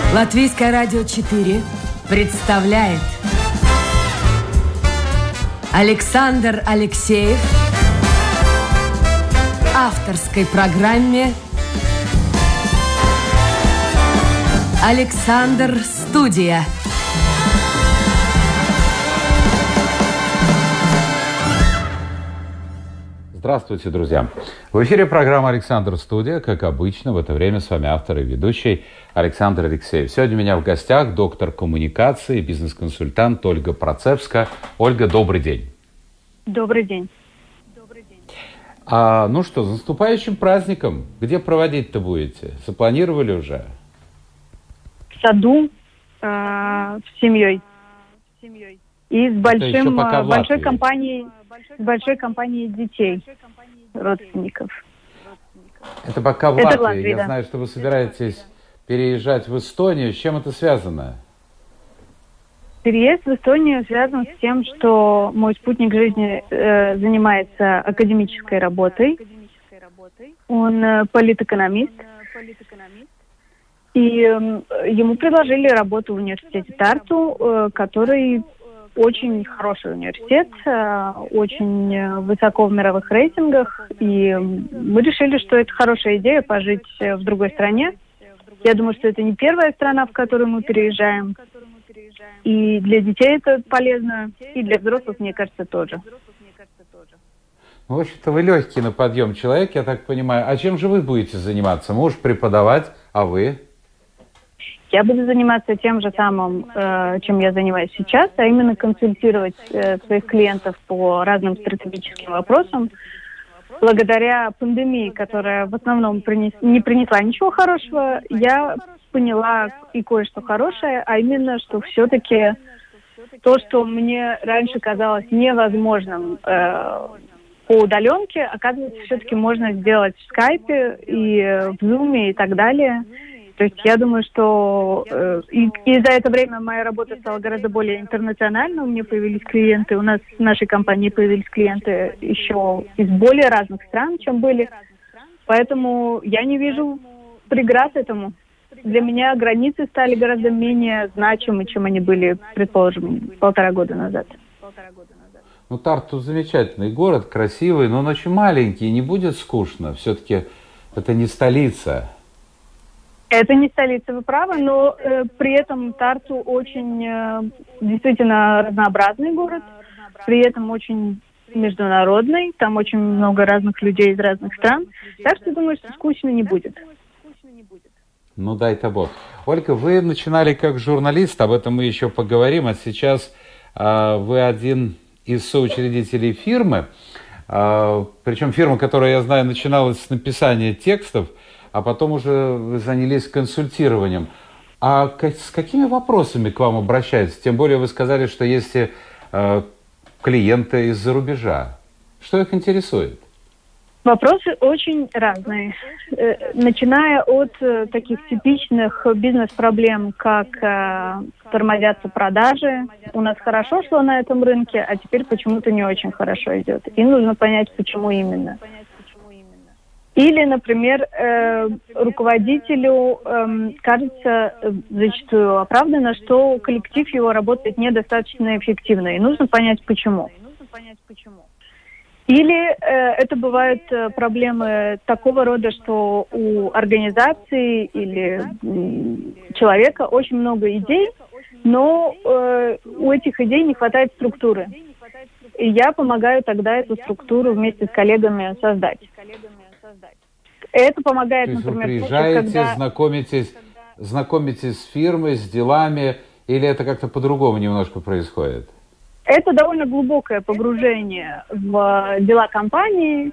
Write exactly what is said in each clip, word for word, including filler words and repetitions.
Латвийское радио четыре представляет Александр Алексеев в авторской программе «Александр Студия». Здравствуйте, друзья! В эфире программа «Александр Студия». Как обычно, в это время с вами автор и ведущий Александр Алексеев. Сегодня у меня в гостях доктор коммуникации, бизнес-консультант Ольга Процепска. Ольга, добрый день. Добрый день. А, ну что, с наступающим праздником. Где проводить-то будете? Запланировали уже? В саду, э, с семьей. И с большим, большой компанией, с большой компанией детей, родственников. Это пока в это Латвии. Латвия, Я да. знаю, что вы собираетесь переезжать в Эстонию. С чем это связано? Переезд в Эстонию связан с тем, что мой спутник жизни э, занимается академической работой. Он э, политэкономист. И э, ему предложили работу в университете Тарту, э, который очень хороший университет, э, очень э, высоко в мировых рейтингах. И мы решили, что это хорошая идея пожить в другой стране. Я думаю, что это не первая страна, в которую мы переезжаем. И для детей это полезно, и для взрослых, мне кажется, тоже. Ну, в общем-то, вы легкий на подъем человек, я так понимаю. А чем же вы будете заниматься? Муж преподавать, а вы? Я буду заниматься тем же самым, э, чем я занимаюсь сейчас, а именно консультировать э, своих клиентов по разным стратегическим вопросам. Благодаря пандемии, которая в основном принес, не принесла ничего хорошего, я поняла и кое-что хорошее, а именно, что все-таки то, что мне раньше казалось невозможным э, по удаленке, оказывается, все-таки можно сделать в скайпе и в зуме и так далее. То есть я думаю, что э, и, и за это время моя работа стала гораздо более интернациональной. У меня появились клиенты, у нас в нашей компании появились клиенты еще из более разных стран, чем были. Поэтому я не вижу преград этому. Для меня границы стали гораздо менее значимы, чем они были, предположим, полтора года назад. Ну, Тарту замечательный город, красивый, но он очень маленький, не будет скучно. Все-таки это не столица. Это не столица, вы правы, но э, при этом Тарту очень э, действительно разнообразный город, при этом очень международный, там очень много разных людей из разных стран, так что думаю, что скучно не будет. Ну, дай-то Бог. Ольга, вы начинали как журналист, об этом мы еще поговорим, а сейчас э, вы один из соучредителей фирмы, э, причем фирма, которая, я знаю, начиналась с написания текстов, а потом уже вы занялись консультированием. А с какими вопросами к вам обращаются? Тем более вы сказали, что есть э, клиенты из-за рубежа. Что их интересует? Вопросы очень разные. Э, начиная от э, таких типичных бизнес-проблем, как э, тормозятся продажи. У нас хорошо шло на этом рынке, а теперь почему-то не очень хорошо идет. И нужно понять, почему именно. Или, например, э, руководителю э, кажется э, зачастую оправданно, что коллектив его работает недостаточно эффективно, и нужно понять, почему. Или э, это бывают э, проблемы такого рода, что у организации или э, человека очень много идей, но э, у этих идей не хватает структуры. И я помогаю тогда эту структуру вместе с коллегами создать. Это помогает, То есть например, вы приезжаете, когда... знакомитесь, знакомитесь с фирмой, с делами, или это как-то по-другому немножко происходит? Это довольно глубокое погружение в дела компании.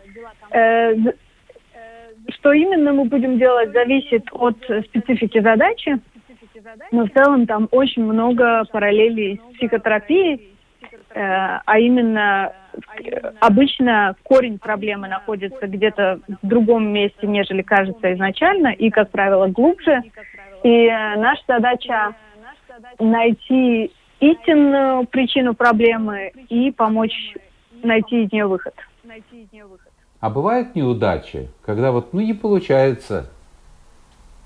Что именно мы будем делать, зависит от специфики задачи. Но в целом там очень много параллелей с психотерапией, а именно обычно корень проблемы находится где-то в другом месте, нежели кажется изначально, и, как правило, глубже. И наша задача найти истинную причину проблемы и помочь найти из нее выход. А бывают неудачи, когда вот ну не получается?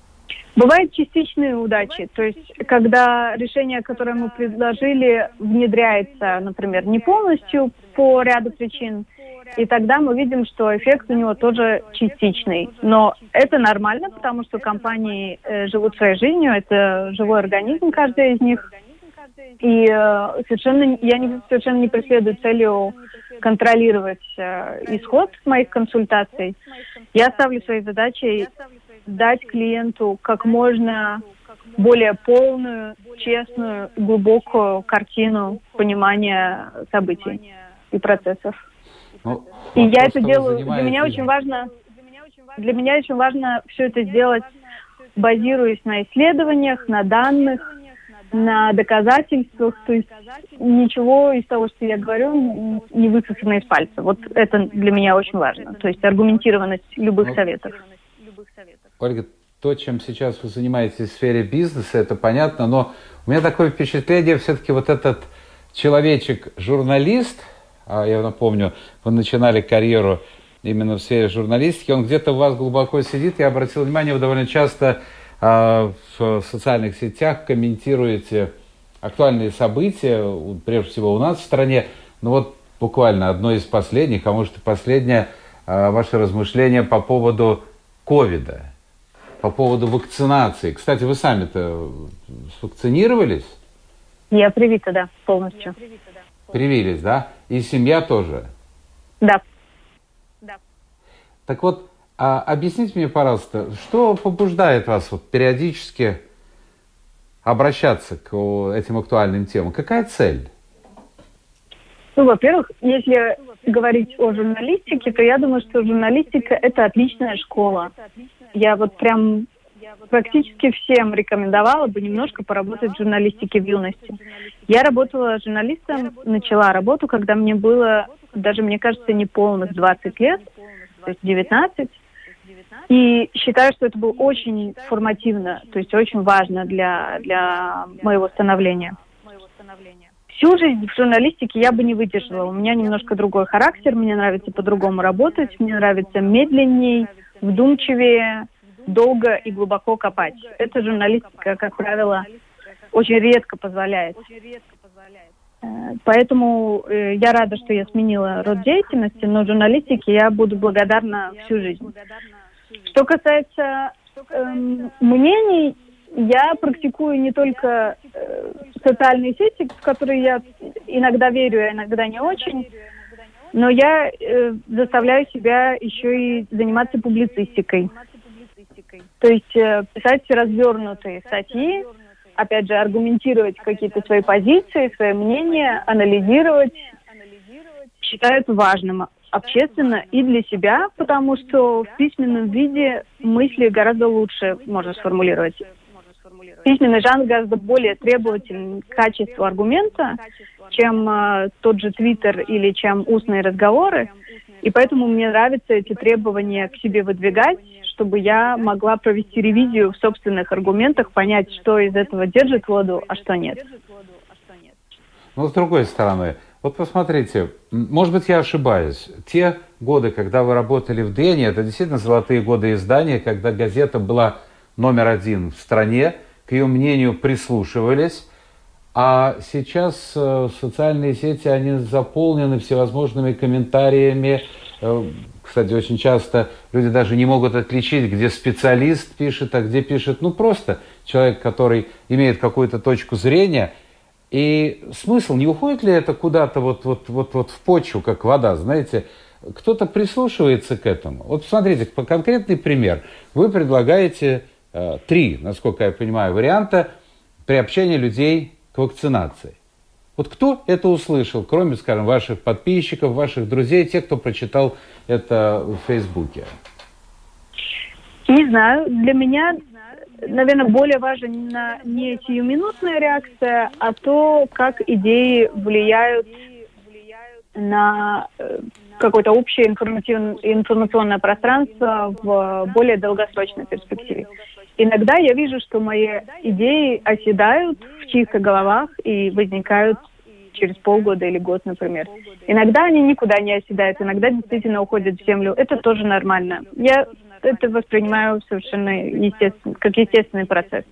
Бывают частичные удачи, то есть когда решение, которое мы предложили, внедряется, например, не полностью по ряду причин, и тогда мы видим, что эффект у него тоже частичный. Но это нормально, потому что компании э, живут своей жизнью, это живой организм, каждый из них. И э, совершенно, я не, совершенно не преследую целью контролировать э, исход моих консультаций. Я ставлю своей задачей дать клиенту как можно более полную, честную, глубокую картину понимания событий и процессов. Ну, и я это делаю. Для меня очень важно, для меня очень важно все это сделать, базируясь на исследованиях, на данных, на доказательствах. То есть ничего из того, что я говорю, не высосано из пальца. Вот это для меня очень важно. То есть аргументированность любых ну, советов. Ольга, то, чем сейчас вы занимаетесь в сфере бизнеса, это понятно, но у меня такое впечатление, все-таки вот этот человечек-журналист, а я напомню, вы начинали карьеру именно в сфере журналистики, он где-то у вас глубоко сидит. Я обратил внимание, вы довольно часто э, в социальных сетях комментируете актуальные события, прежде всего у нас в стране. Ну вот буквально одно из последних, а может и последнее, э, ваше размышление по поводу ковида, по поводу вакцинации. Кстати, вы сами-то вакцинировались? Я привита, да, полностью. Привились, да? И семья тоже? Да. да. Так вот, а, объясните мне, пожалуйста, что побуждает вас вот периодически обращаться к этим актуальным темам? Какая цель? Ну, во-первых, если говорить о журналистике, то я думаю, что журналистика – это отличная школа. Я вот прям практически всем рекомендовала бы немножко поработать в журналистике в юности. Я работала журналистом, начала работу, когда мне было, даже, мне кажется, не полных двадцать лет, то есть девятнадцать. И считаю, что это было очень формативно, то есть очень важно для, для моего становления. Всю жизнь в журналистике я бы не выдержала. У меня немножко другой характер, мне нравится по-другому работать, мне нравится медленней, вдумчивее, долго и глубоко копать. Это журналистика, как правило, очень редко позволяет. Поэтому я рада, что я сменила род деятельности, но журналистике я буду благодарна всю жизнь. Что касается эм, мнений, я практикую не только э, социальные сети, в которые я иногда верю, а иногда не очень, но я э, заставляю себя еще и заниматься публицистикой. То есть э, писать развернутые статьи, опять же, аргументировать какие-то свои позиции, свои мнения, анализировать. Считаю это важным общественно и для себя, потому что в письменном виде мысли гораздо лучше можно сформулировать. Письменный жанр гораздо более требователен к качеству аргумента, чем э, тот же Твиттер или чем устные разговоры. И поэтому мне нравятся эти требования к себе выдвигать, чтобы я могла провести ревизию в собственных аргументах, понять, что из этого держит воду, а что нет. Но с другой стороны, вот посмотрите, может быть, я ошибаюсь. Те годы, когда вы работали в Дэне, это действительно золотые годы издания, когда газета была номер один в стране, к ее мнению прислушивались. А сейчас э, социальные сети, они заполнены всевозможными комментариями. Э, кстати, очень часто люди даже не могут отличить, где специалист пишет, а где пишет, ну, просто человек, который имеет какую-то точку зрения. И смысл, не уходит ли это куда-то вот, вот, вот, вот в почву, как вода, знаете? Кто-то прислушивается к этому. Вот смотрите, конкретный пример. Вы предлагаете э, три, насколько я понимаю, варианта приобщения людей к вакцинации. Вот кто это услышал, кроме, скажем, ваших подписчиков, ваших друзей, тех, кто прочитал это в Фейсбуке? Не знаю. Для меня, наверное, более важна не сиюминутная реакция, а то, как идеи влияют на какое-то общее информационное пространство в более долгосрочной перспективе. Иногда я вижу, что мои идеи оседают в чьих-то головах и возникают через полгода или год, например. Иногда они никуда не оседают, иногда действительно уходят в землю. Это тоже нормально. Я это воспринимаю совершенно естественно, как естественный процесс.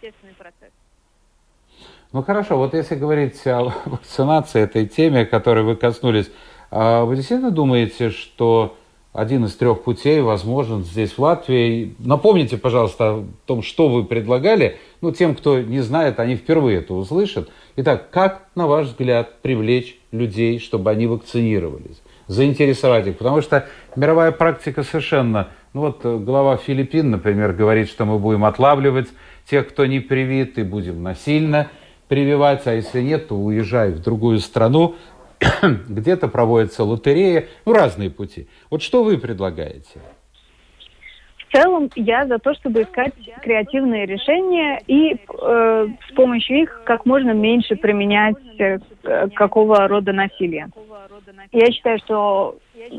Ну хорошо, вот если говорить о вакцинации, этой теме, которой вы коснулись, вы действительно думаете, что один из трех путей возможен здесь, в Латвии? Напомните, пожалуйста, о том, что вы предлагали. Ну, тем, кто не знает, они впервые это услышат. Итак, как, на ваш взгляд, привлечь людей, чтобы они вакцинировались? Заинтересовать их? Потому что мировая практика совершенно... Ну вот глава Филиппин, например, говорит, что мы будем отлавливать тех, кто не привит, и будем насильно прививать, а если нет, то уезжай в другую страну. Где-то проводятся лотереи, ну, разные пути. Вот что вы предлагаете? В целом, я за то, чтобы искать креативные решения и э, с помощью их как можно меньше применять э, какого рода насилие. Я считаю, что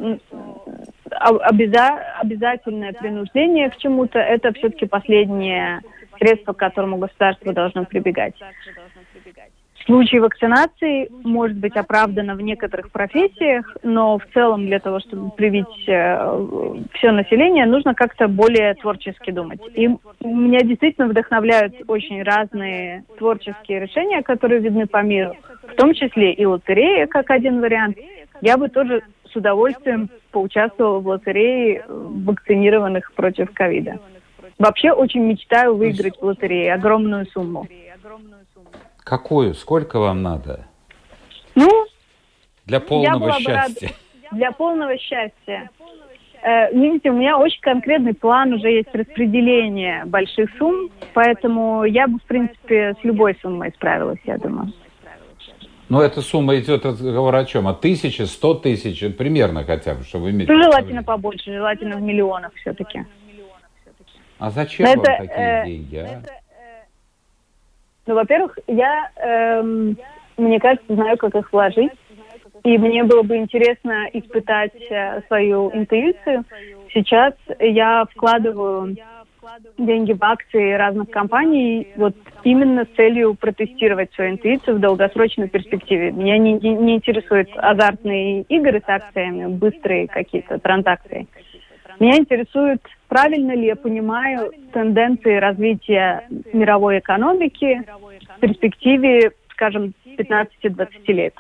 обяза- обязательное принуждение к чему-то – это все-таки последнее средство, к которому государство должно прибегать. Случай вакцинации может быть оправдано в некоторых профессиях, но в целом для того, чтобы привить э, все население, нужно как-то более творчески думать. И меня действительно вдохновляют очень разные творческие решения, которые видны по миру, в том числе и лотерея, как один вариант. Я бы тоже с удовольствием поучаствовала в лотерее вакцинированных против ковида. Вообще очень мечтаю выиграть в лотерее огромную сумму. Какую? Сколько вам надо? Ну, для полного Рада, счастья. для полного счастья. Э, видите, у меня очень конкретный план, уже есть распределение больших сумм, поэтому я бы, в принципе, с любой суммой справилась, я думаю. Но эта сумма идет разговор о чем? О тысяче, сто тысяч, примерно хотя бы, чтобы иметь... Ну, желательно побольше, желательно в миллионах все-таки. А зачем Но вам это, такие э, деньги, а? это, Ну, во-первых, я, эм, мне кажется, знаю, как их вложить. И мне было бы интересно испытать э, свою интуицию. Сейчас я вкладываю деньги в акции разных компаний вот именно с целью протестировать свою интуицию в долгосрочной перспективе. Меня не, не интересуют азартные игры с акциями, быстрые какие-то транзакции. Меня интересует, правильно ли я понимаю тенденции развития мировой экономики в перспективе, скажем, пятнадцати-двадцати лет.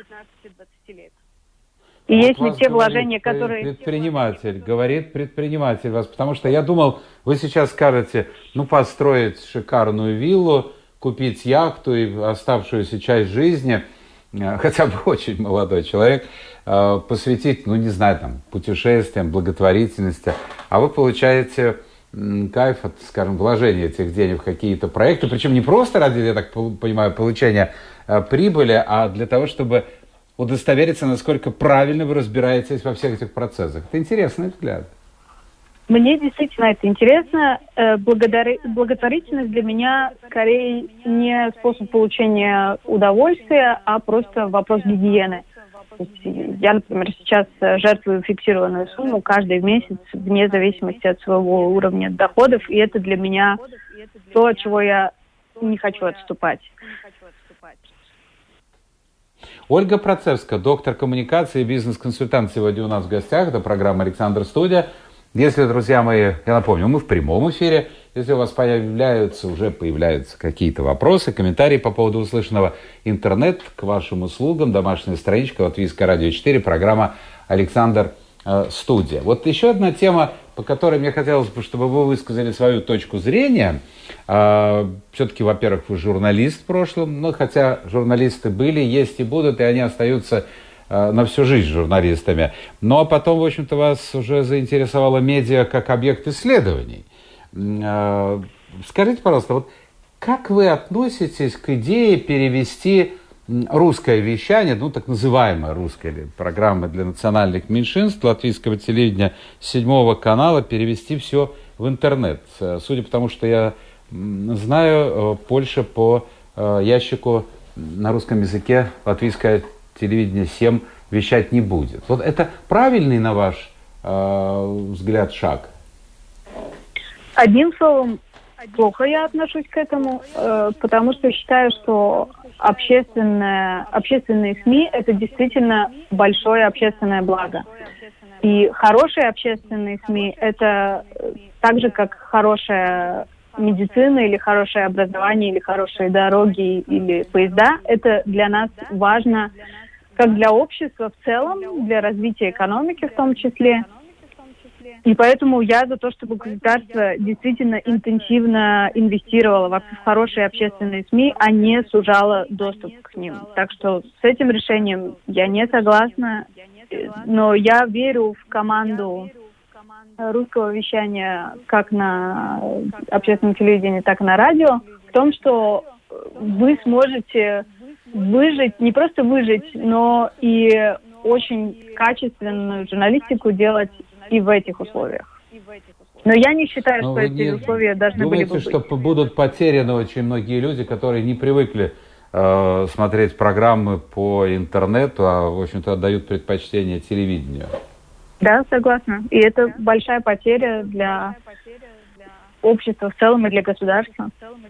И вот если те вложения, говорит, которые... Предприниматель, говорит предприниматель вас, потому что я думал, вы сейчас скажете, ну, построить шикарную виллу, купить яхту и оставшуюся часть жизни, хотя бы очень молодой человек, посвятить, ну, не знаю, там, путешествиям, благотворительности, а вы получаете кайф от, скажем, вложения этих денег в какие-то проекты, причем не просто ради, я так понимаю, получения прибыли, а для того, чтобы удостовериться, насколько правильно вы разбираетесь во всех этих процессах. Это интересный взгляд. Мне действительно это интересно. Благодари... Благотворительность для меня скорее не способ получения удовольствия, а просто вопрос гигиены. Я, например, сейчас жертвую фиксированную сумму каждый месяц вне зависимости от своего уровня доходов, и это для меня то, от чего я не хочу отступать. Ольга Процевская, доктор коммуникации и бизнес-консультант, сегодня у нас в гостях. Это программа «Александр Студия». Если, друзья мои, я напомню, мы в прямом эфире. Если у вас появляются, уже появляются какие-то вопросы, комментарии по поводу услышанного, интернет к вашим услугам, домашняя страничка Латвийское радио четыре, программа «Александр э, Студия». Вот еще одна тема, по которой мне хотелось бы, чтобы вы высказали свою точку зрения. Э, все-таки, во-первых, вы журналист в прошлом, но хотя журналисты были, есть и будут, и они остаются э, на всю жизнь журналистами. Но потом, в общем-то, вас уже заинтересовала медиа как объект исследований. Скажите, пожалуйста, вот как вы относитесь к идее перевести русское вещание, ну, так называемая русская программа для национальных меньшинств латвийского телевидения седьмого канала, перевести все в интернет? Судя по тому, что я знаю, Польша по ящику на русском языке латвийское телевидение семь вещать не будет. Вот это правильный, на ваш взгляд, шаг? Одним словом, плохо я отношусь к этому, э, потому что считаю, что общественное, общественные СМИ – это действительно большое общественное благо. И хорошие общественные СМИ – это так же, как хорошая медицина или хорошее образование, или хорошие дороги, или поезда. Это для нас важно как для общества в целом, для развития экономики в том числе. И поэтому я за то, чтобы государство действительно интенсивно инвестировало в хорошие общественные СМИ, а не сужало доступ к ним. Так что с этим решением я не согласна, но я верю в команду русского вещания как на общественном телевидении, так и на радио, в том, что вы сможете выжить, не просто выжить, но и очень качественную журналистику делать и в этих условиях. Но я не считаю, Но что эти не условия должны думаете, были бы быть. что будут потеряны очень многие люди, которые не привыкли э, смотреть программы по интернету, а, в общем-то, отдают предпочтение телевидению? Да, согласна. И это большая потеря для общества в целом и для государства.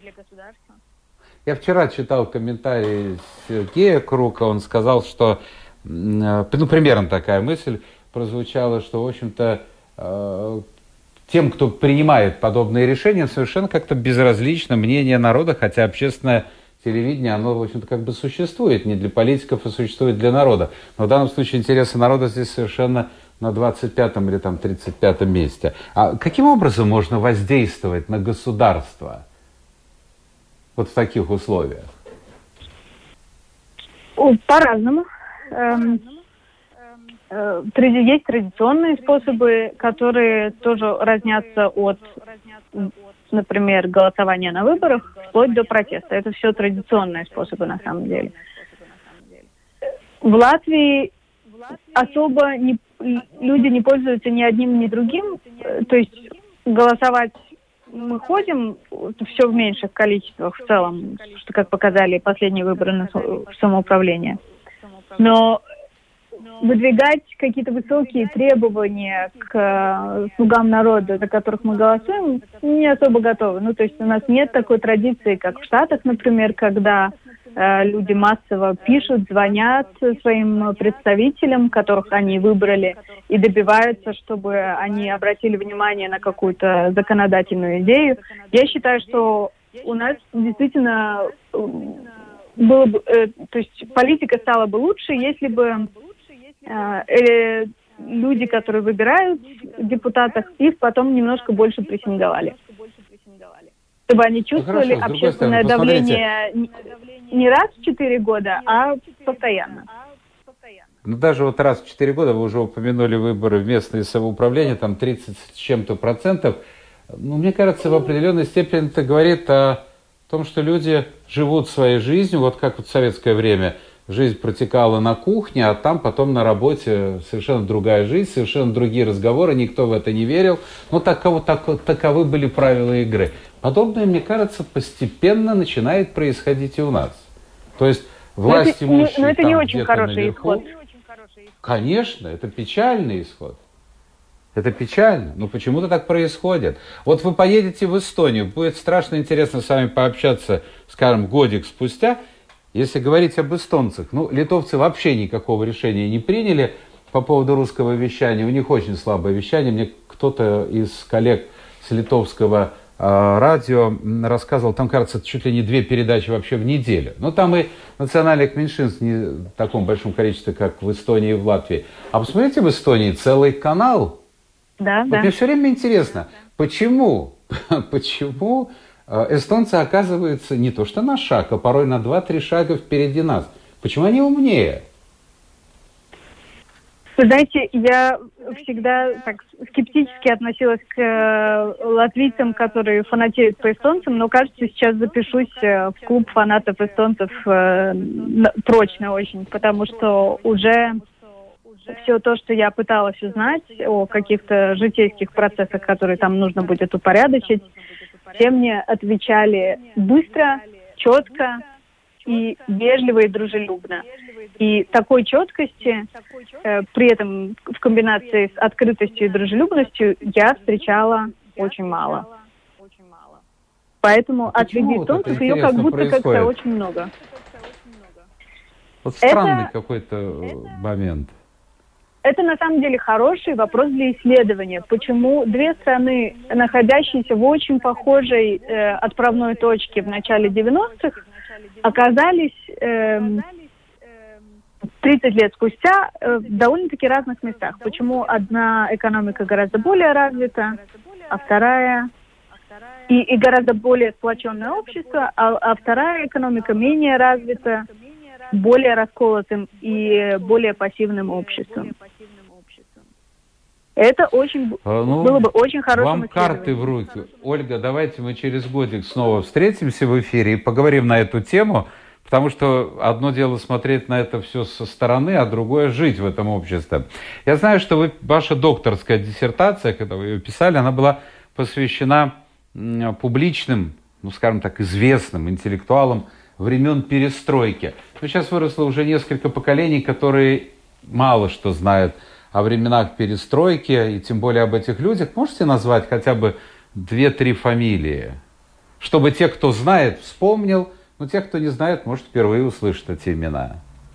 Я вчера читал комментарий Сергея Крука, он сказал, что, ну, примерно такая мысль прозвучала, что, в общем-то, э, тем, кто принимает подобные решения, совершенно как-то безразлично мнение народа, хотя общественное телевидение, оно, в общем-то, как бы существует не для политиков, а существует для народа. Но в данном случае интересы народа здесь совершенно на двадцать пятом или там тридцать пятом месте. А каким образом можно воздействовать на государство вот в таких условиях? По-разному. Эм, э, есть традиционные способы, которые тоже разнятся от, например, голосования на выборах, вплоть до протеста. Это все традиционные способы на самом деле. В Латвии особо не, люди не пользуются ни одним, ни другим. То есть голосовать мы ходим все в меньших количествах в целом, что, как показали последние выборы на самоуправление. Но выдвигать какие-то высокие требования к слугам народа, за которых мы голосуем, не особо готовы. Ну, то есть у нас нет такой традиции, как в Штатах, например, когда э, люди массово пишут, звонят своим представителям, которых они выбрали, и добиваются, чтобы они обратили внимание на какую-то законодательную идею. Я считаю, что у нас действительно было бы, э, то есть политика стала бы лучше, если бы э, люди, которые выбирают депутатов, их потом немножко больше прессинговали. Чтобы они чувствовали ну, общественное давление не, не раз в четыре года, а постоянно. Ну, даже вот раз в четыре года, вы уже упомянули выборы в местное самоуправление, там тридцать с чем-то процентов. Ну, мне кажется, в определенной степени это говорит о том, что люди живут своей жизнью, вот как вот в советское время жизнь протекала на кухне, а там потом на работе совершенно другая жизнь, совершенно другие разговоры, никто в это не верил. Но таковы, так, таковы были правила игры. Подобное, мне кажется, постепенно начинает происходить и у нас. То есть власть имущие но это там не очень где-то хороший наверху. исход. Конечно, это печальный исход. Это печально, но почему-то так происходит. Вот вы поедете в Эстонию, будет страшно интересно с вами пообщаться, скажем, годик спустя. Если говорить об эстонцах, ну, литовцы вообще никакого решения не приняли по поводу русского вещания. У них очень слабое вещание. Мне кто-то из коллег с литовского э, радио рассказывал, там, кажется, чуть ли не две передачи вообще в неделю. Но там и национальных меньшинств не в таком большом количестве, как в Эстонии и в Латвии. А посмотрите, в Эстонии целый канал. Да, вот да. Мне все время интересно, почему, почему эстонцы оказываются не то что на шаг, а порой на два-три шага впереди нас. Почему они умнее? Вы знаете, я всегда так скептически относилась к латвийцам, которые фанатеют по эстонцам, но, кажется, сейчас запишусь в клуб фанатов эстонцев прочно очень, потому что уже все то, что я пыталась узнать о каких-то житейских процессах, которые там нужно будет упорядочить, все мне отвечали быстро, четко и вежливо и дружелюбно. И такой четкости, э, при этом в комбинации с открытостью и дружелюбностью, я встречала очень мало. Поэтому а от вегетарианцев ее как будто как-то очень много. Вот странный это... какой-то это... момент. Это на самом деле хороший вопрос для исследования. Почему две страны, находящиеся в очень похожей э, отправной точке в начале девяностых, оказались э, тридцать лет спустя э, в довольно-таки разных местах? Почему одна экономика гораздо более развита, а вторая... И, и гораздо более сплоченное общество, а, а вторая экономика менее развита, более расколотым и более пассивным обществом. Это очень, а, ну, было бы очень хорошим вам карты в руки. Ольга, давайте мы через годик снова встретимся в эфире и поговорим на эту тему, потому что одно дело смотреть на это все со стороны, а другое жить в этом обществе. Я знаю, что вы, ваша докторская диссертация, когда вы ее писали, она была посвящена публичным, ну, скажем так, известным интеллектуалам времен перестройки. Но сейчас выросло уже несколько поколений, которые мало что знают о временах перестройки, и тем более об этих людях. Можете назвать хотя бы две-три фамилии? Чтобы те, кто знает, вспомнил, но те, кто не знает, может, впервые услышат эти имена.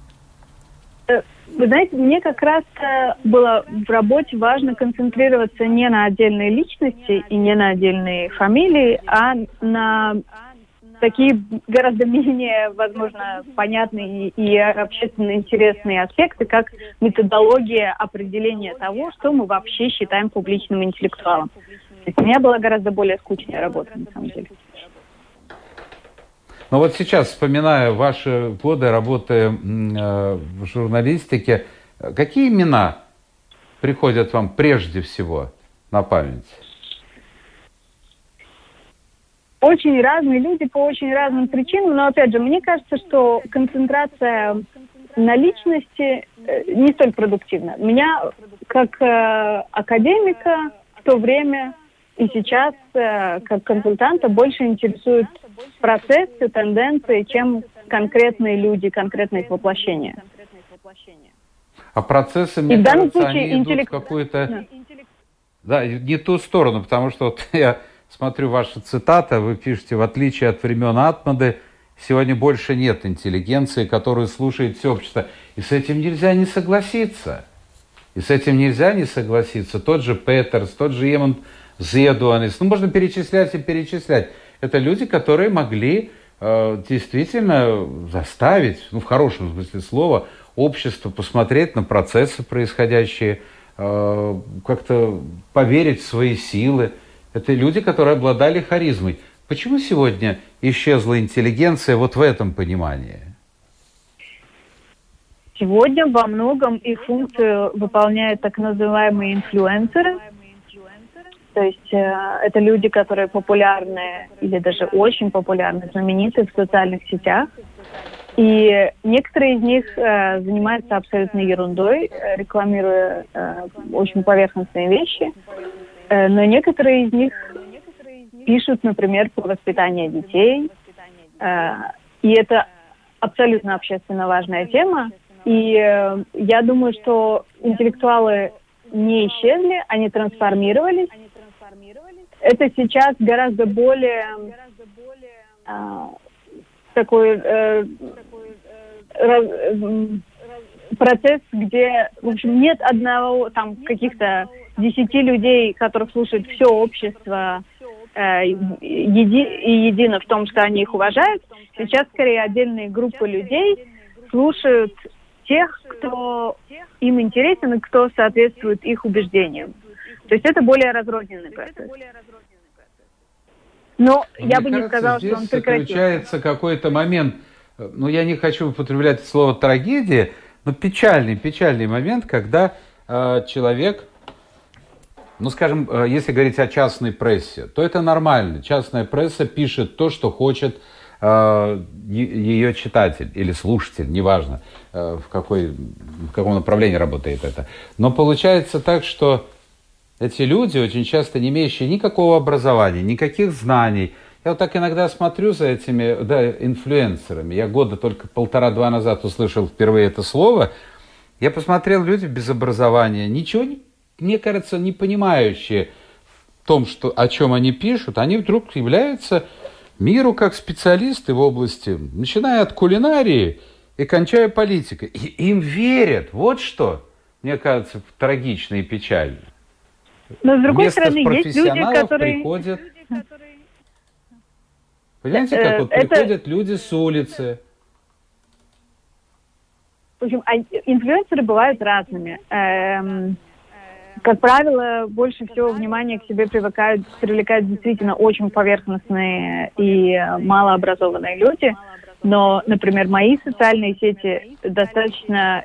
Вы знаете, мне как раз было в работе важно концентрироваться не на отдельные личности и не на отдельные фамилии, а на такие гораздо менее, возможно, понятные и общественно интересные аспекты, как методология определения того, что мы вообще считаем публичным интеллектуалом. То есть у меня была гораздо более скучная работа, на самом деле. Но вот сейчас, вспоминая ваши годы работы э, в журналистике, какие имена приходят вам прежде всего на память? Очень разные люди по очень разным причинам, но, опять же, мне кажется, что концентрация на личности э, не столь продуктивна. Меня, как э, академика, в то время и сейчас, э, как консультанта, больше интересуют процессы, тенденции, чем конкретные люди, конкретные их воплощения. А процессы, мне и кажется, в данном случае они идут интеллект... в какую-то... Да. да, не ту сторону, потому что вот я смотрю ваши цитаты, вы пишете, в отличие от времен Атмады, сегодня больше нет интеллигенции, которую слушает все общество. И с этим нельзя не согласиться. И с этим нельзя не согласиться. Тот же Петерс, тот же Емонт Зедуанис. Ну, можно перечислять и перечислять. Это люди, которые могли э, действительно заставить, ну, в хорошем смысле слова, общество посмотреть на процессы происходящие, э, как-то поверить в свои силы. Это люди, которые обладали харизмой. Почему сегодня исчезла интеллигенция вот в этом понимании? Сегодня во многом их функцию выполняют так называемые инфлюенсеры. То есть э, это люди, которые популярны или даже очень популярны, знамениты в социальных сетях. И некоторые из них э, занимаются абсолютной ерундой, э, рекламируя э, очень поверхностные вещи. Э, но некоторые из них пишут, например, про воспитание детей. Э, и это абсолютно общественно важная тема. И э, я думаю, что интеллектуалы не исчезли, они трансформировались. Это сейчас гораздо более э, такой э, раз, э, процесс, где, в общем, нет одного, там, каких-то десяти людей, которых слушает все общество э, еди, и едино в том, что они их уважают. Сейчас, скорее, отдельные группы людей слушают тех, кто им интересен и кто соответствует их убеждениям. То есть это более разрозненный процесс. Но Мне я бы кажется, не сказала, что он прекратился. Заключается какой-то момент, ну я не хочу употреблять слово трагедия, но печальный, печальный момент, когда э, человек, ну скажем, э, если говорить о частной прессе, то это нормально. Частная пресса пишет то, что хочет э, ее читатель или слушатель, неважно, э, в, какой, в каком направлении работает это. Но получается так, что эти люди, очень часто не имеющие никакого образования, никаких знаний. Я вот так иногда смотрю за этими да, инфлюенсерами. Я года только полтора-два назад услышал впервые это слово. Я посмотрел, люди без образования, ничего, не, мне кажется, не понимающие в том, что, о чем они пишут, они вдруг являются миру как специалисты в области, начиная от кулинарии и кончая политикой. И им верят. Вот что, мне кажется, трагично и печально. Но, с другой Вместо стороны, есть люди, которые... приходят... Понимаете, как вот это... приходят люди с улицы. В общем, инфлюенсеры бывают разными. Эм... Как правило, больше всего внимания к себе привлекают, привлекают действительно очень поверхностные и малообразованные люди. Но, например, мои социальные сети достаточно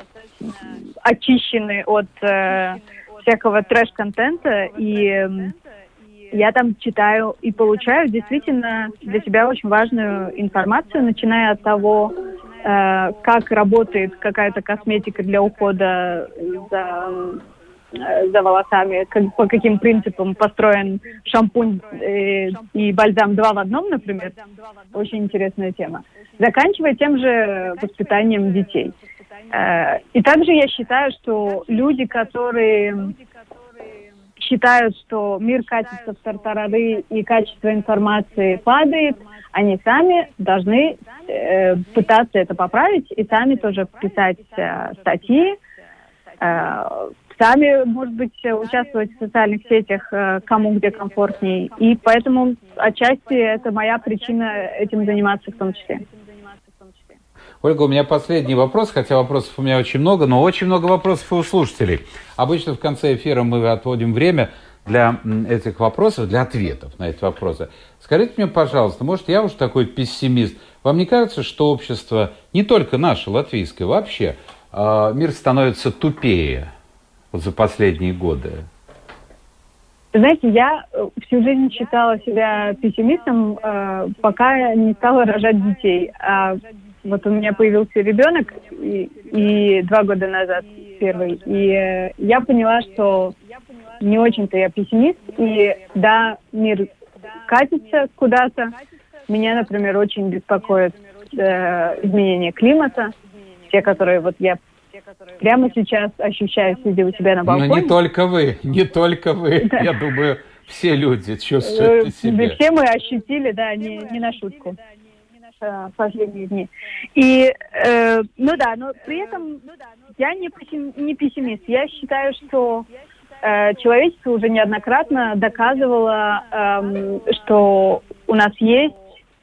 очищены от э, всякого трэш-контента, и э, я там читаю и получаю действительно для себя очень важную информацию, начиная от того, э, как работает какая-то косметика для ухода за... за волосами, как, по каким принципам построен шампунь э, и бальзам два в одном, например. Очень интересная тема. Заканчивая тем же воспитанием детей. Э, и также я считаю, что люди, которые считают, что мир катится в тартарары и качество информации падает, они сами должны э, пытаться это поправить и сами тоже писать э, статьи, э, сами, может быть, участвовать в социальных сетях, кому где комфортней. И поэтому отчасти это моя причина этим заниматься в том числе. Ольга, у меня последний вопрос, хотя вопросов у меня очень много, но очень много вопросов и у слушателей. Обычно в конце эфира мы отводим время для этих вопросов, для ответов на эти вопросы. Скажите мне, пожалуйста, может, я уж такой пессимист, вам не кажется, что общество, не только наше, латвийское, вообще, мир становится тупее за последние годы? Знаете, я всю жизнь считала себя пессимистом, э, пока не стала рожать детей. А вот у меня появился ребенок и, и два года назад первый. И э, я поняла, что не очень-то я пессимист. И да, мир катится куда-то. Меня, например, очень беспокоит э, изменение климата. Те, которые вот я прямо сейчас ощущаю, сидя у себя на балконе. Но не только вы, не только вы. Да. Я думаю, все люди чувствуют на себе. Да, все мы ощутили, да, не, не на шутку в последние дни. И, э, ну да, но при этом я не, не пессимист. Я считаю, что э, человечество уже неоднократно доказывало, э, что у нас есть,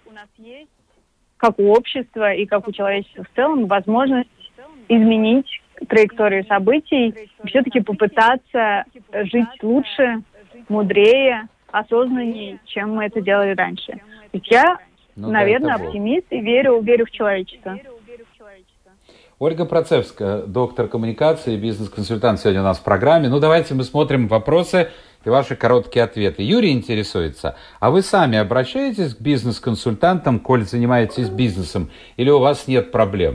как у общества и как у человечества в целом, возможность изменить траекторию событий, все-таки попытаться жить лучше, мудрее, осознаннее, чем мы это делали раньше. Ведь я, ну, наверное, да, оптимист и верю, верю в человечество. Ольга Процевская, доктор коммуникации и бизнес-консультант, сегодня у нас в программе. Ну, давайте мы смотрим вопросы и ваши короткие ответы. Юрий интересуется, а вы сами обращаетесь к бизнес-консультантам, коль занимаетесь бизнесом, или у вас нет проблем?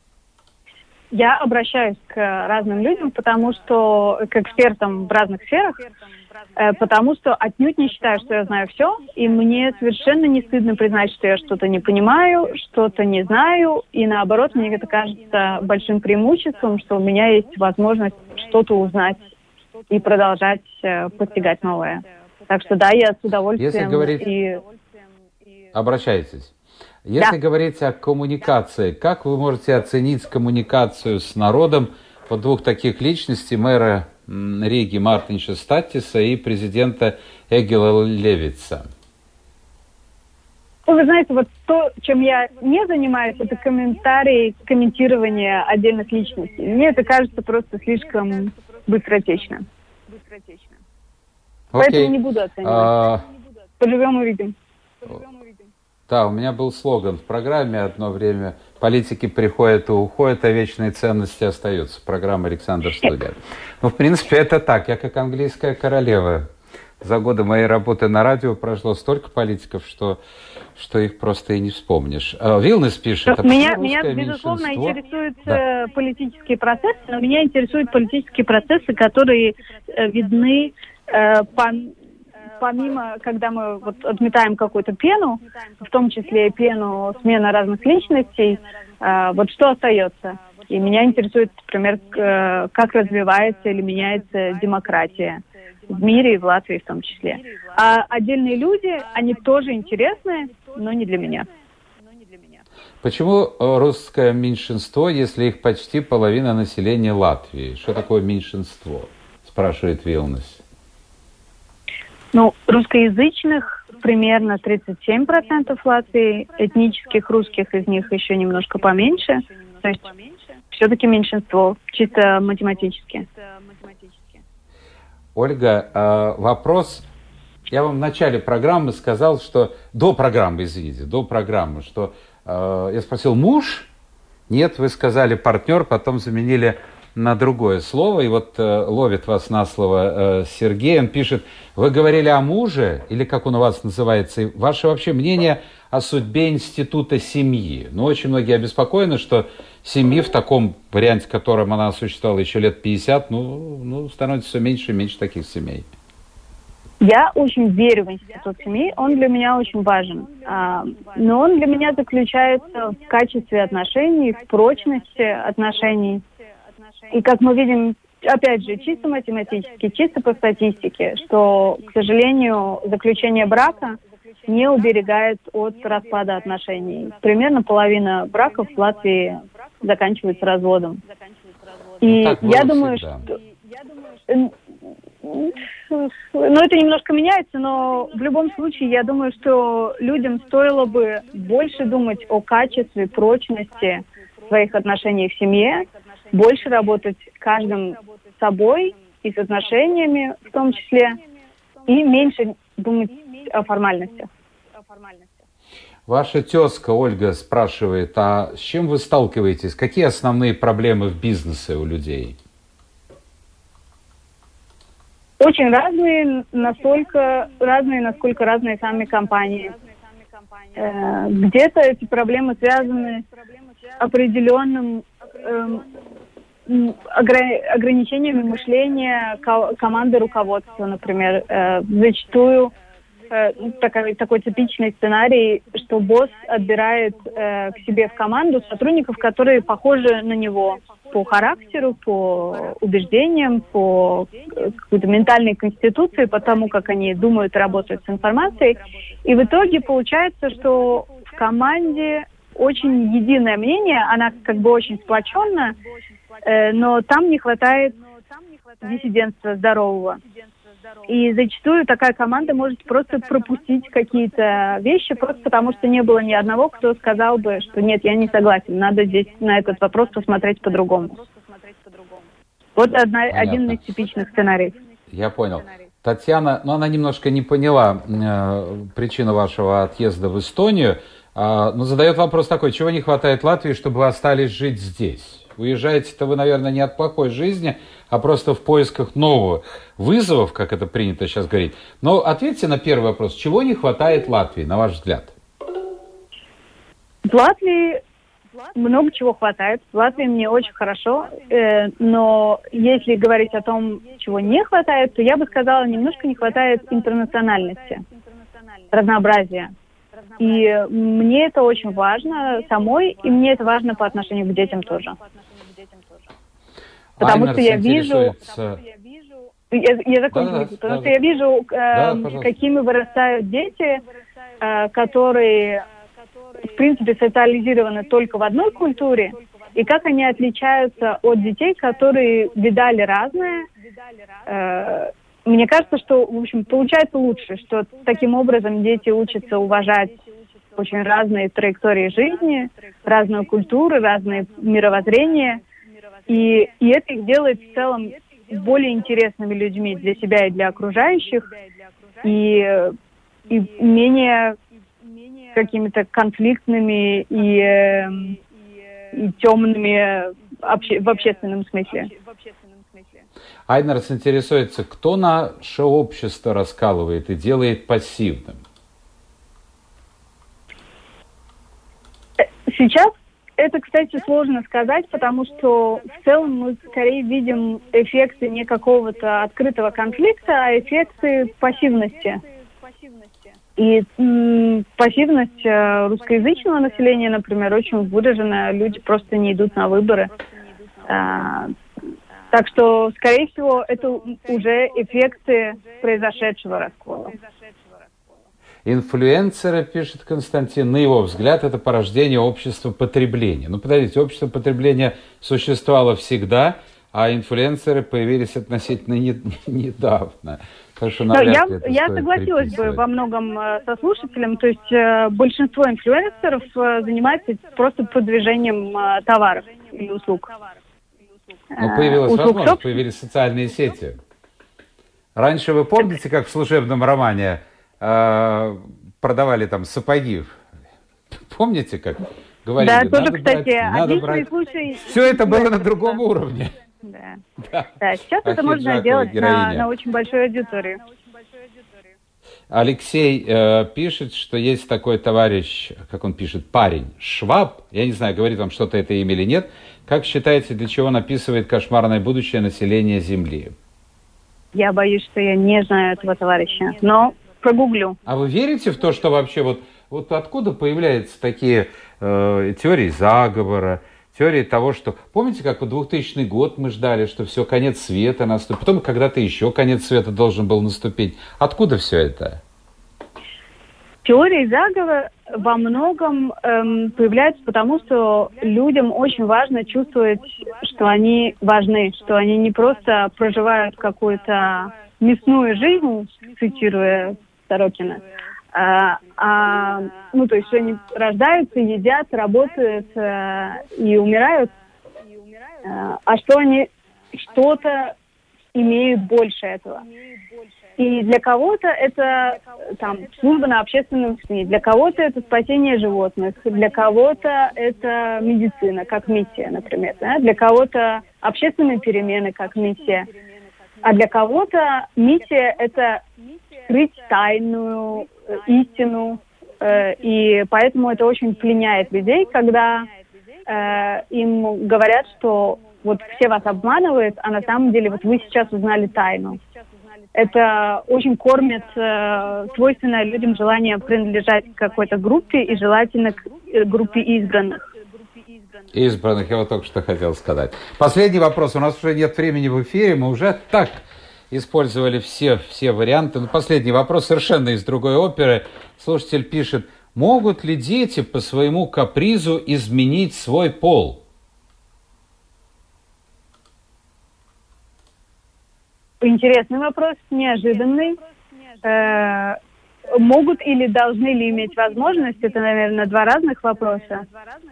Я обращаюсь к разным людям, потому что к экспертам в разных сферах, потому что отнюдь не считаю, что я знаю все, и мне совершенно не стыдно признать, что я что-то не понимаю, что-то не знаю, и наоборот, мне это кажется большим преимуществом, что у меня есть возможность что-то узнать и продолжать постигать новое. Так что да, я с удовольствием... Если говорить... и... Обращайтесь. Если да. говорить о коммуникации, как вы можете оценить коммуникацию с народом вот двух таких личностей, мэра Риги Мартинša Статиса и президента Эгила Левица? Ну, вы знаете, вот то, чем я не занимаюсь, это комментарии, комментирование отдельных личностей. Мне это кажется просто слишком быстротечно. быстротечно. Поэтому не буду оценивать. А... Поживем увидим. Да, у меня был слоган в программе одно время: политики приходят и уходят, а вечные ценности остаются. Программа «Александр Студия». Ну, в принципе, это так. Я как английская королева. За годы моей работы на радио прошло столько политиков, что, что их просто и не вспомнишь. А, Вилнес пишет... А меня, меня, безусловно, интересуют да. политические процессы, но меня интересуют политические процессы, которые э, видны э, по... помимо, когда мы вот отметаем какую-то пену, в том числе пену смены разных личностей, э, вот что остается? И меня интересует, например, как развивается или меняется демократия. в мире и в Латвии в том числе. А отдельные люди, они тоже интересны, но не для меня. Почему русское меньшинство, если их почти половина населения Латвии? Что такое меньшинство? Спрашивает Вилнес. Ну, русскоязычных примерно тридцать семь процентов Латвии, этнических русских из них еще немножко поменьше. То есть все-таки меньшинство, чисто математически. Ольга, вопрос. Я вам в начале программы сказал, что... До программы, извините, до программы, что я спросил, муж? Нет, вы сказали партнер, потом заменили на другое слово. И вот ловит вас на слово Сергей. Он пишет, вы говорили о муже, или как он у вас называется, ваше вообще мнение о судьбе института семьи. Ну, очень многие обеспокоены, что семьи в таком варианте, в котором она существовала еще лет пятьдесят, ну, ну становится все меньше и меньше таких семей. Я очень верю в институт семьи, он для меня очень важен. А, но он для меня заключается в качестве отношений, в прочности отношений. И как мы видим, опять же, чисто математически, чисто по статистике, что, к сожалению, заключение брака не уберегает от распада отношений. Примерно половина браков в Латвии заканчивается разводом. И ну, я думаю, всегда. что... Ну, это немножко меняется, но в любом случае я думаю, что людям стоило бы больше думать о качестве, прочности своих отношений в семье, больше работать каждым с собой и с отношениями в том числе, и меньше думать о формальностях. Ваша тезка Ольга спрашивает, а с чем вы сталкиваетесь? Какие основные проблемы в бизнесе у людей? Очень разные, настолько разные, насколько разные сами компании. Э, где-то эти проблемы связаны с определенным э, огр- ограничениями мышления ко- команды руководства, например. Э, зачастую э, такой, такой типичный сценарий, что босс отбирает э, к себе в команду сотрудников, которые похожи на него по характеру, по убеждениям, по какой-то ментальной конституции, по тому, как они думают и работают с информацией. И в итоге получается, что в команде очень единое мнение, она как бы очень сплоченна, э, но там не хватает диссидентства здорового. И зачастую такая команда может просто пропустить какие-то вещи, просто потому что не было ни одного, кто сказал бы, что нет, я не согласен, надо здесь на этот вопрос посмотреть по-другому. Вот одна, один из типичных сценариев. Я понял. Татьяна, ну она немножко не поняла э, причину вашего отъезда в Эстонию, э, но задает вопрос такой, чего не хватает Латвии, чтобы вы остались жить здесь? Уезжаете-то вы, наверное, не от плохой жизни, а просто в поисках новых вызовов, как это принято сейчас говорить. Но ответьте на первый вопрос. Чего не хватает Латвии, на ваш взгляд? В Латвии много чего хватает. В Латвии мне очень хорошо. Э, но если говорить о том, чего не хватает, то я бы сказала, немножко не хватает интернациональности, разнообразия. И мне это очень важно самой, и мне это важно по отношению к детям тоже. Потому Айнер что я вижу... интересуется... Я, я закончу, да, да, потому да, что я вижу, э, да, какими вырастают дети, э, которые, в принципе, социализированы только в одной культуре, и как они отличаются от детей, которые видали разное. Э, мне кажется, что, в общем, получается лучше, что таким образом дети учатся уважать очень разные траектории жизни, разную культуру, разные мировоззрения, и, и это их делает в целом более интересными людьми для себя и для окружающих, и, и менее какими-то конфликтными и, и темными обще, в общественном смысле. Айнер интересуется, кто наше общество раскалывает и делает пассивным? Сейчас это, кстати, сложно сказать, потому что в целом мы скорее видим эффекты не какого-то открытого конфликта, а эффекты пассивности. И м, пассивность э, русскоязычного населения, например, очень выражена. Люди просто не идут на выборы. А, Так что, скорее всего, это уже эффекты произошедшего раскола. Инфлюенсеры, пишет Константин, на его взгляд, это порождение общества потребления. Ну, подождите, общество потребления существовало всегда, а инфлюенсеры появились относительно не, недавно. Что я я согласилась бы во многом со слушателем. То есть э, большинство инфлюенсеров э, занимается просто продвижением э, товаров и услуг. Ну, появилась услуг возможность, собственно... появились социальные сети. Раньше, вы помните, как в служебном романе э, продавали там сапоги? Помните, как говорили? Да, надо тоже, кстати, брать, надо брать. Случай... Все это было на другом уровне. Да. Да. Да, сейчас а это можно делать на, на очень большой аудитории. Алексей э, пишет, что есть такой товарищ, как он пишет, парень, Шваб, я не знаю, говорит вам что-то это имя или нет. Как считаете, для чего написывает кошмарное будущее населения Земли? Я боюсь, что я не знаю этого товарища, но прогуглю. А вы верите в то, что вообще вот, вот откуда появляются такие э, теории заговора, теории того, что... Помните, как в двухтысячный год мы ждали, что все, конец света наступит, потом когда-то еще конец света должен был наступить. Откуда все это? Теории заговора во многом эм, появляются потому, что людям очень важно чувствовать, что они важны, что они не просто проживают какую-то мясную жизнь, цитируя Сорокина, а, а ну, то есть, что они рождаются, едят, работают э, и умирают, э, а что они что-то имеют больше этого. И для кого-то это там служба на общественном СМИ, для кого-то это спасение животных, для кого-то это медицина, как миссия, например, да? Для кого-то общественные перемены, как миссия, а для кого-то миссия – это скрыть тайную истину, э, и поэтому это очень пленяет людей, когда э, им говорят, что вот все вас обманывают, а на самом деле вот вы сейчас узнали тайну. Это очень кормит э, свойственное людям желание принадлежать к какой-то группе и желательно к э, группе избранных. Избранных, я вот только что хотел сказать. Последний вопрос. У нас уже нет времени в эфире, мы уже так использовали все, все варианты. Но последний вопрос совершенно из другой оперы. Слушатель пишет, могут ли дети по своему капризу изменить свой пол? Интересный вопрос, неожиданный. Э, могут или должны ли иметь возможность? Это, наверное, два разных вопроса.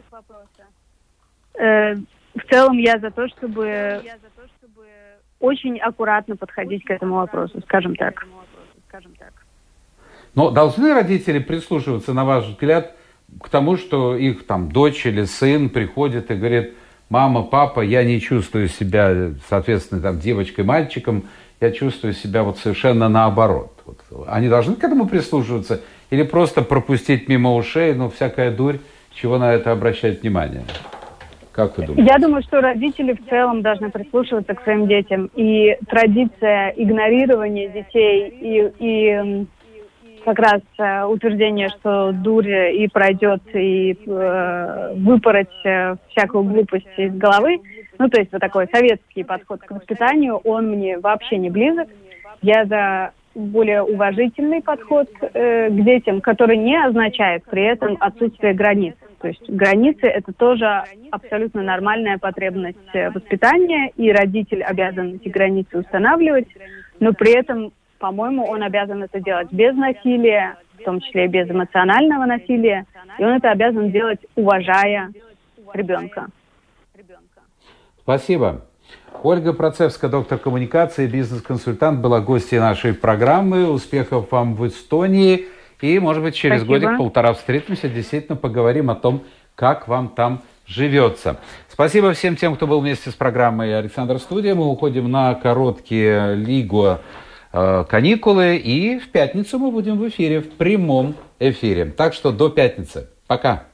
Э, в целом я за то, чтобы очень аккуратно подходить к этому вопросу, скажем так. Но должны родители прислушиваться, на ваш взгляд, к тому, что их там дочь или сын приходит и говорит: мама, папа, я не чувствую себя, соответственно, там, девочкой, мальчиком, я чувствую себя вот совершенно наоборот. Вот. Они должны к этому прислушиваться или просто пропустить мимо ушей, ну, всякая дурь, чего на это обращать внимание? Как вы думаете? Я думаю, что родители в целом должны прислушиваться к своим детям. И традиция игнорирования детей и, и как раз э, утверждение, что дурь и пройдет, и э, выпороть э, всякую глупость из головы, ну, то есть вот такой советский подход к воспитанию, он мне вообще не близок. Я за более уважительный подход э, к детям, который не означает при этом отсутствие границ. То есть границы – это тоже абсолютно нормальная потребность воспитания, и родитель обязан эти границы устанавливать, но при этом, по-моему, он обязан это делать без насилия, в том числе и без эмоционального насилия, и он это обязан делать, уважая ребенка. Спасибо. Ольга Процевская, доктор коммуникации, бизнес-консультант, была гостьей нашей программы. Успехов вам в Эстонии. И, может быть, через Спасибо. годик-полтора встретимся, действительно поговорим о том, как вам там живется. Спасибо всем тем, кто был вместе с программой «Александр Студия». Мы уходим на короткие лигу э, каникулы. И в пятницу мы будем в эфире, в прямом эфире. Так что до пятницы. Пока.